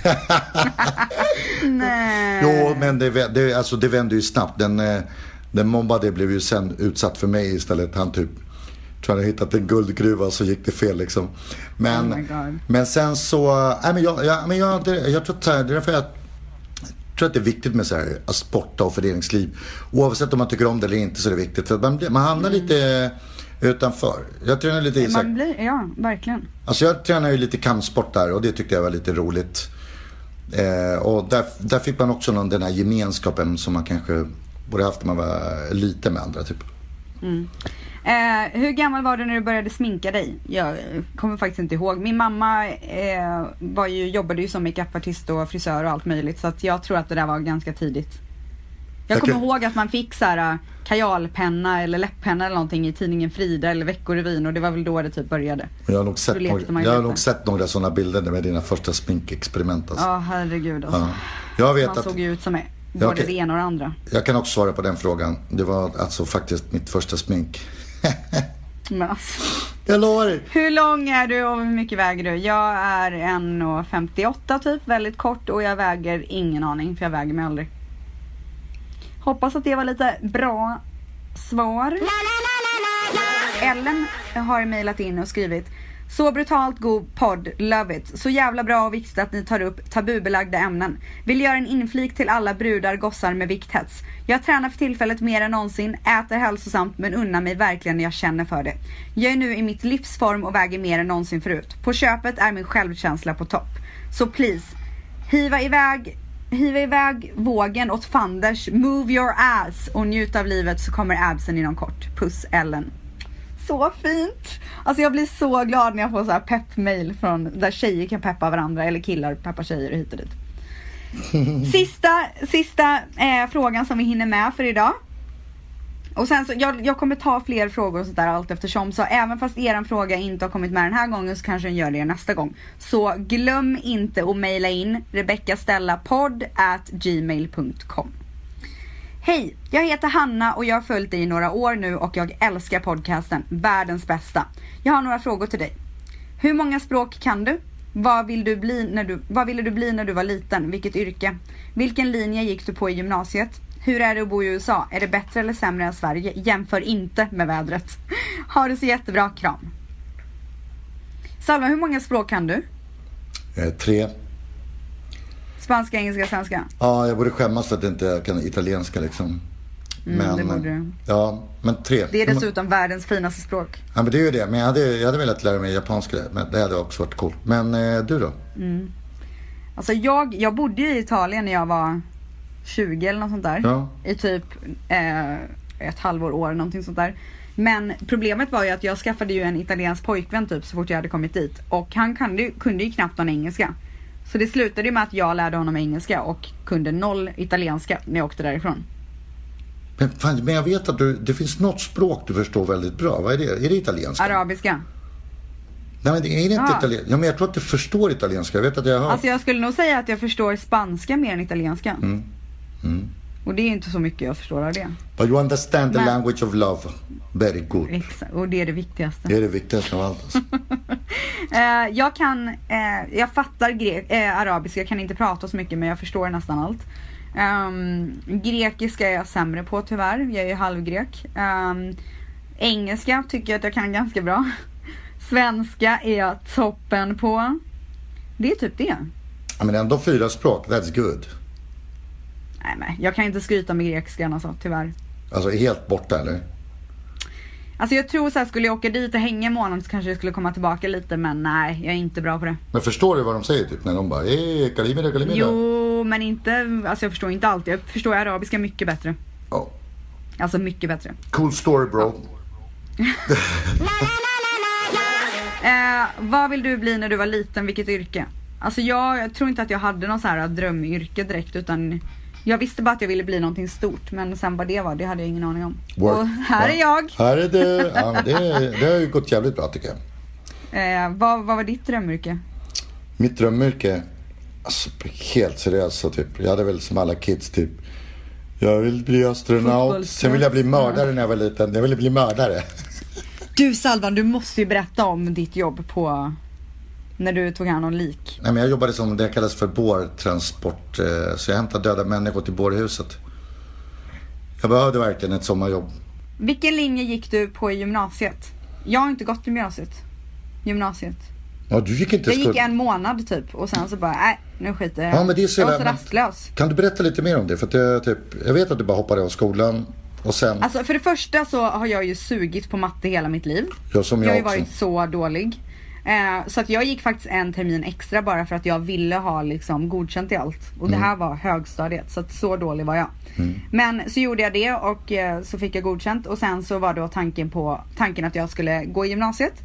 Nej. Jo, men det vände ju snabbt. Den mobbade blev ju sen utsatt för mig istället. Han typ tror han hittat en guldgruva, så gick det fel liksom. Men sen så... Nej, jag tror att det är därför jag tror att det är viktigt med så här att sporta och föreningsliv. Oavsett om man tycker om det eller inte, så är det viktigt. För att man hamnar lite utanför. Jag tränar lite i ja, verkligen. Alltså jag tränar ju lite kampsport där, och det tyckte jag var lite roligt. Och där fick man också den här gemenskapen som man kanske borde haft när man var lite med andra typ. Hur gammal var du när du började sminka dig? Jag kommer faktiskt inte ihåg. Min mamma jobbade ju som makeupartist och frisör och allt möjligt, så att jag tror att det där var ganska tidigt. Jag kommer ihåg att man fick så här kajalpenna eller läpppenna eller någonting i tidningen Frida eller Veckorevyn, och det var väl då det typ började. Jag har nog sett några sådana bilder med dina första sminkexperiment alltså. Ja, herregud alltså. Ja. Jag vet man att såg ju ut som både det ena och det andra. Jag kan också svara på den frågan. Det var alltså faktiskt mitt första smink. Men alltså. Jag lovar dig. Hur lång är du och hur mycket väger du? Jag är 1,58 typ, väldigt kort, och jag väger ingen aning, för jag väger mig aldrig. Hoppas att det var lite bra svar. Ellen har mejlat in och skrivit: så brutalt god podd, love it. Så jävla bra och viktigt att ni tar upp tabubelagda ämnen. Vill göra en inflik till alla brudar gossar med vikthets. Jag tränar för tillfället mer än någonsin, äter hälsosamt, men unnar mig verkligen när jag känner för det. Jag är nu i mitt livsform och väger mer än någonsin förut. På köpet är min självkänsla på topp. Så please, hiva iväg vågen åt fanders, move your ass och njut av livet, så kommer absen inom kort. Puss, Ellen. Så fint. Alltså jag blir så glad när jag får så här pepp-mail från där tjejer kan peppa varandra, eller killar peppar tjejer och hit och dit. Sista frågan som vi hinner med för idag. Och sen så, jag kommer ta fler frågor och sånt där allt eftersom. Så även fast eran fråga inte har kommit med den här gången, så kanske den gör det nästa gång. Så glöm inte att mejla in rebeckastellapodd@gmail.com. Hej, jag heter Hanna och jag har följt dig i några år nu och jag älskar podcasten, världens bästa. Jag har några frågor till dig. Hur många språk kan du? Vad ville du bli när du var liten? Vilket yrke? Vilken linje gick du på i gymnasiet? Hur är det att bo i USA? Är det bättre eller sämre än Sverige? Jämför inte med vädret. Ha det så jättebra, kram. Salva, hur många språk kan du? 3. Spanska, engelska, svenska? Ja, jag borde skämmas för att jag inte kan italienska liksom. Men, det borde du. Ja, men 3. Det är dessutom världens finaste språk. Ja, men det är ju det. Men jag hade velat lära mig japanska. Men det hade också varit coolt. Men du då? Alltså jag bodde i Italien när jag var 20 eller något sånt där. Ja. I typ ett halvår, någonting sånt där. Men problemet var ju att jag skaffade ju en italiensk pojkvän typ så fort jag hade kommit dit. Och han kunde ju knappt någon engelska. Så det slutade ju med att jag lärde honom engelska och kunde 0 italienska när jag åkte därifrån. Men jag vet att det finns något språk du förstår väldigt bra. Vad är det? Är det italienska? Arabiska. Nej, men det är inte italienska. Ja, men jag tror att du förstår italienska. Jag vet att jag har... Alltså jag skulle nog säga att jag förstår spanska mer än italienska. Och det är inte så mycket jag förstår av det. But you understand the language of love. Very good. Exakt, och det är det viktigaste. Det är det viktigaste av allt. Alltså. Jag fattar arabiska, jag kan inte prata så mycket men jag förstår nästan allt. Grekiska är jag sämre på tyvärr, jag är ju halvgrek. Engelska tycker jag att jag kan ganska bra. Svenska är jag toppen på. Det är typ det. Ja, men ändå 4 språk, that's good. Nej, men jag kan inte skryta med grekiskan alltså, tyvärr. Alltså helt borta eller? Alltså jag tror så här, skulle jag åka dit och hänga en månad så kanske jag skulle komma tillbaka lite, men nej, jag är inte bra på det. Men förstår du vad de säger typ när de bara kalimera. Jo, men inte, alltså jag förstår inte allt. Jag förstår arabiska mycket bättre. Oh. Alltså mycket bättre. Cool story bro. Vad vill du bli när du var liten, vilket yrke? Alltså jag tror inte att jag hade någon så här drömyrke direkt, utan jag visste bara att jag ville bli någonting stort, men sen vad det var, det hade jag ingen aning om. Work. Och här är jag. Här är du. Ja, men det har ju gått jävligt bra tycker jag. Vad var ditt drömyrke? Mitt drömyrke, alltså helt seriöst så typ, jag hade väl som alla kids typ, jag vill bli astronaut. Sen ville jag bli mördare när jag var liten. Jag ville bli mördare. Du Salvan, du måste ju berätta om ditt jobb på när du tog hand om lik. Nej, men jag jobbade som det kallas för bårtransport. Så jag hämtade döda människor till bårhuset. Jag behövde verkligen ett sommarjobb. Vilken linje gick du på i gymnasiet? Jag har inte gått gymnasiet. Ja, du gick inte. Jag gick en månad typ och sen så bara, nej, nu skiter jag. Ja, men det är så jag var så rastlös. Kan du berätta lite mer om det? För att jag vet att du bara hoppade av skolan och sen... Alltså för det första så har jag ju sugit på matte hela mitt liv. Ja, som jag har ju också varit så dålig. Så att jag gick faktiskt en termin extra bara för att jag ville ha liksom godkänt i allt. Och det här var högstadiet, så dålig var jag. Men så gjorde jag det och så fick jag godkänt. Och sen så var då tanken att jag skulle gå i gymnasiet.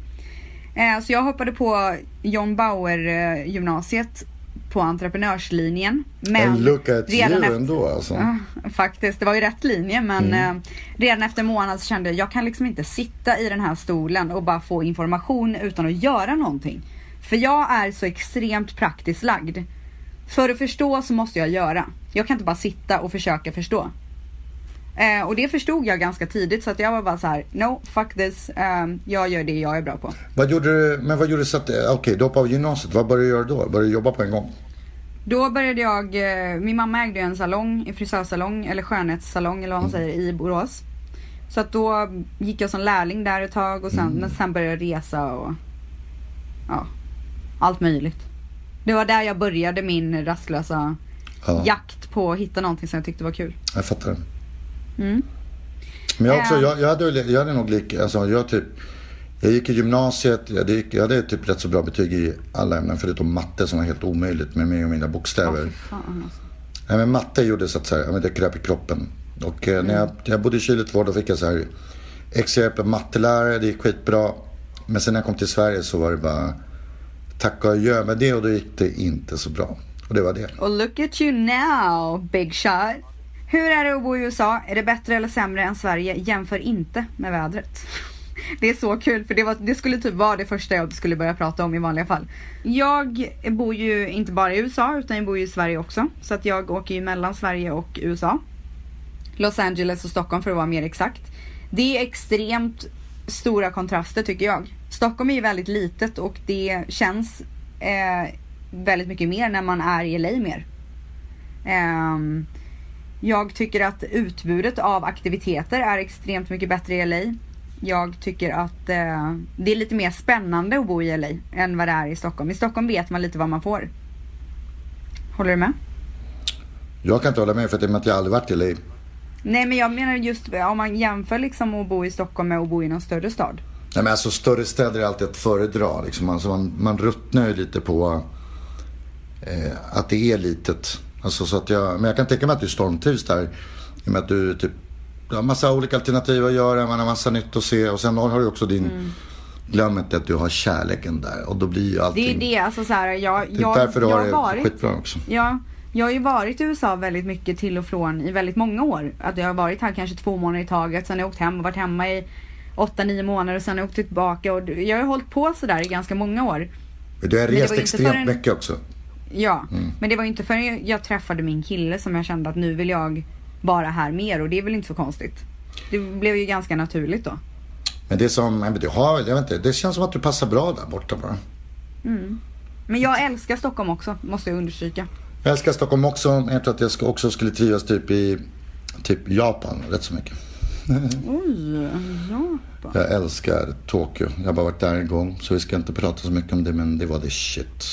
Så jag hoppade på John Bauer gymnasiet på entreprenörslinjen. Men look at redan you ändå alltså. Faktiskt, det var ju rätt linje. Men redan efter en månad så kände jag kan liksom inte sitta i den här stolen och bara få information utan att göra någonting. För jag är så extremt praktiskt lagd. För att förstå så måste jag göra. Jag kan inte bara sitta och försöka förstå. Och det förstod jag ganska tidigt, så att jag var bara så här: no, fuck this, jag gör det jag är bra på. Vad gjorde du så att, okej, du hoppade av gymnasiet, vad började du göra då? Började du jobba på en gång? Då började jag, min mamma ägde en salong, en frisörsalong eller skönhetssalong eller vad man säger, i Borås. Så att då gick jag som lärling där ett tag och men sen började jag resa och ja, allt möjligt. Det var där jag började min rastlösa jakt på att hitta någonting som jag tyckte var kul. Jag fattar. Men jag hade nog alltså jag gick i gymnasiet, jag hade typ rätt så bra betyg i alla ämnen förutom matte som var helt omöjligt med mig och mina bokstäver. Fan, alltså. Nej, men matte gjorde så att säga, det kröp i kroppen. Och när jag bodde i Chile 2 då fick jag så här extra hjälp av mattelärare, det gick skitbra. Men sen när jag kom till Sverige så var det bara tack och gör med det, och då gick det inte så bra. Och det var det. Och look at you now, big shot. Hur är det att bo i USA? Är det bättre eller sämre än Sverige? Jämför inte med vädret. Det är så kul, för det skulle typ vara det första jag skulle börja prata om i vanliga fall. Jag bor ju inte bara i USA utan jag bor ju i Sverige också. Så att jag åker ju mellan Sverige och USA. Los Angeles och Stockholm för att vara mer exakt. Det är extremt stora kontraster tycker jag. Stockholm är ju väldigt litet och det känns väldigt mycket mer när man är i LA mer. Jag tycker att utbudet av aktiviteter är extremt mycket bättre i LA. Jag tycker att det är lite mer spännande att bo i LA än vad det är i Stockholm. I Stockholm vet man lite vad man får. Håller du med? Jag kan inte hålla med för att jag aldrig varit i LA. Nej, men jag menar just om man jämför liksom att bo i Stockholm med att bo i någon större stad. Nej, men alltså större städer är alltid att föredra. Liksom. Alltså man ruttnar ju lite på att det är litet. Alltså, så att men jag kan tänka mig att du stormtrivs där. I och med att du typ har massa olika alternativ att göra. Man har massa nytt att se. Och sen har du också glöm inte att du har kärleken där. Och då blir ju allting... Det är det, alltså så här, därför har det varit skitbra också. Ja, jag har ju varit i USA väldigt mycket till och från i väldigt många år. Att jag har varit här kanske 2 månader i taget. Sen har jag åkt hem och varit hemma i 8-9 månader. Och sen har jag åkt tillbaka. Och jag har hållit på så där i ganska många år. Du har rest extremt mycket också. Ja, men det var inte förrän jag träffade min kille som jag kände att nu vill jag vara här mer. Och det är väl inte så konstigt. Det blev ju ganska naturligt då. Men det som, jag vet inte, det känns som att du passar bra där borta bara. Men jag älskar Stockholm också, måste jag understryka. Jag älskar Stockholm också, men jag tror att jag också skulle trivas typ i Japan rätt så mycket. Oj, Japan. Jag älskar Tokyo. Jag har bara varit där en gång, så vi ska inte prata så mycket om det, men det var det shit.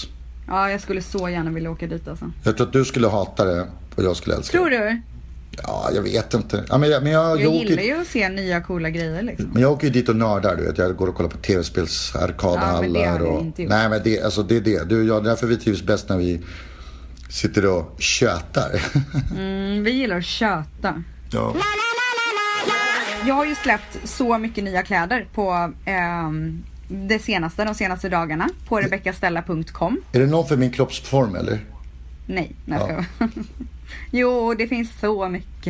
Ja, jag skulle så gärna vilja åka dit alltså. Jag tror att du skulle hata det och jag skulle älska det. Tror du? Ja, jag vet inte. Ja, men jag gillar ju att se nya coola grejer liksom. Men jag åker ju dit och nördar, du vet. Jag går och kollar på tv-spelsarkadhallar. Nej, men det, alltså, det är det. Därför vi trivs bäst när vi sitter och tjötar. Vi gillar att tjöta. Ja. Jag har ju släppt så mycket nya kläder på de senaste dagarna på rebeccastella.com. Är det någon för min kroppsform eller? Nej. Jo, det finns så mycket.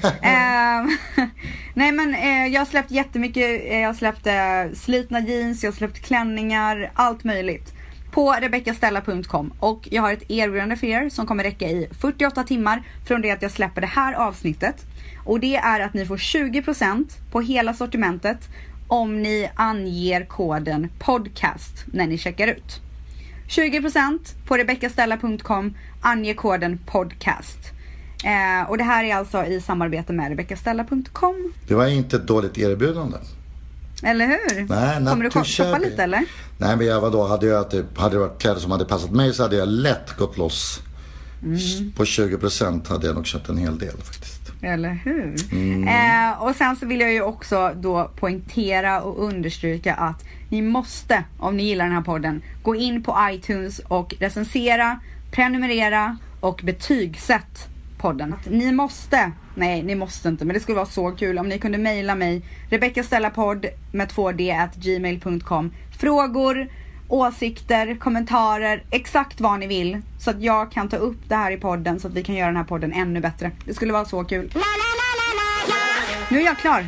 Nej, men jag har släppt jättemycket. Jag har släppt slitna jeans, jag har släppt klänningar, allt möjligt på rebeccastella.com. Och jag har ett erbjudande för er som kommer räcka i 48 timmar från det att jag släpper det här avsnittet. Och det är att ni får 20% på hela sortimentet om ni anger koden podcast när ni checkar ut. 20% på rebeccastella.com, anger koden podcast. Och det här är alltså i samarbete med rebeccastella.com. Det var inte ett dåligt erbjudande. Eller hur? Nej, kommer du shoppa lite eller? Nej, men hade det varit kläder som hade passat mig så hade jag lätt gått loss. På 20% hade jag nog köpt en hel del faktiskt. Eller hur? Och sen så vill jag ju också då poängtera och understryka att ni måste, om ni gillar den här podden, gå in på iTunes och recensera, prenumerera och betygsätt podden. Ni måste inte, men det skulle vara så kul om ni kunde mejla mig rebeccastellapodd med 2d@gmail.com. Frågor, åsikter, kommentarer, exakt vad ni vill, så att jag kan ta upp det här i podden, så att vi kan göra den här podden ännu bättre. Det skulle vara så kul. Nu är jag klar.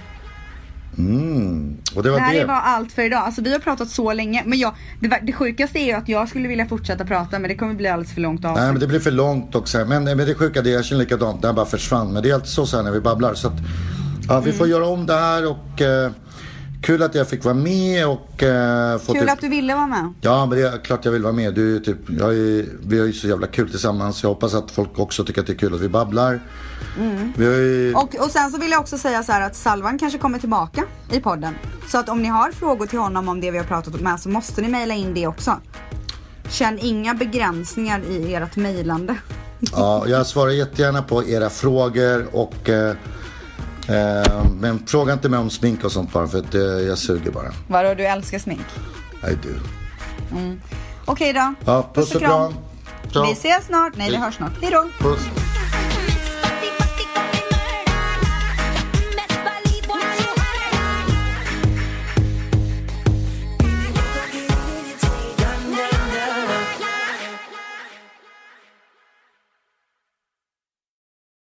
Och det här var allt för idag. Alltså vi har pratat så länge, men det sjukaste är ju att jag skulle vilja fortsätta prata, men det kommer bli alldeles för långt av. Nej, men det blir för långt också. Men det sjuka, det jag känner likadant, den bara försvann. Men det är alltid så här när vi babblar, så att ja, vi får göra om det här. Och kul att jag fick vara med och kul att du ville vara med. Ja, men det är klart jag vill vara med. Du, typ, vi har ju så jävla kul tillsammans. Jag hoppas att folk också tycker att det är kul att vi babblar. Och sen så vill jag också säga så här att Salvan kanske kommer tillbaka i podden. Så att om ni har frågor till honom om det vi har pratat om så måste ni mejla in det också. Känn inga begränsningar i ert mejlande. Ja, jag svarar jättegärna på era frågor och men fråga inte mig om smink och sånt bara, för att jag suger bara. Vadå, du älskar smink? I do. Okej då. Ja, puss och kram. Vi ses snart. Nej, vi hörs snart. Hej då. Puss.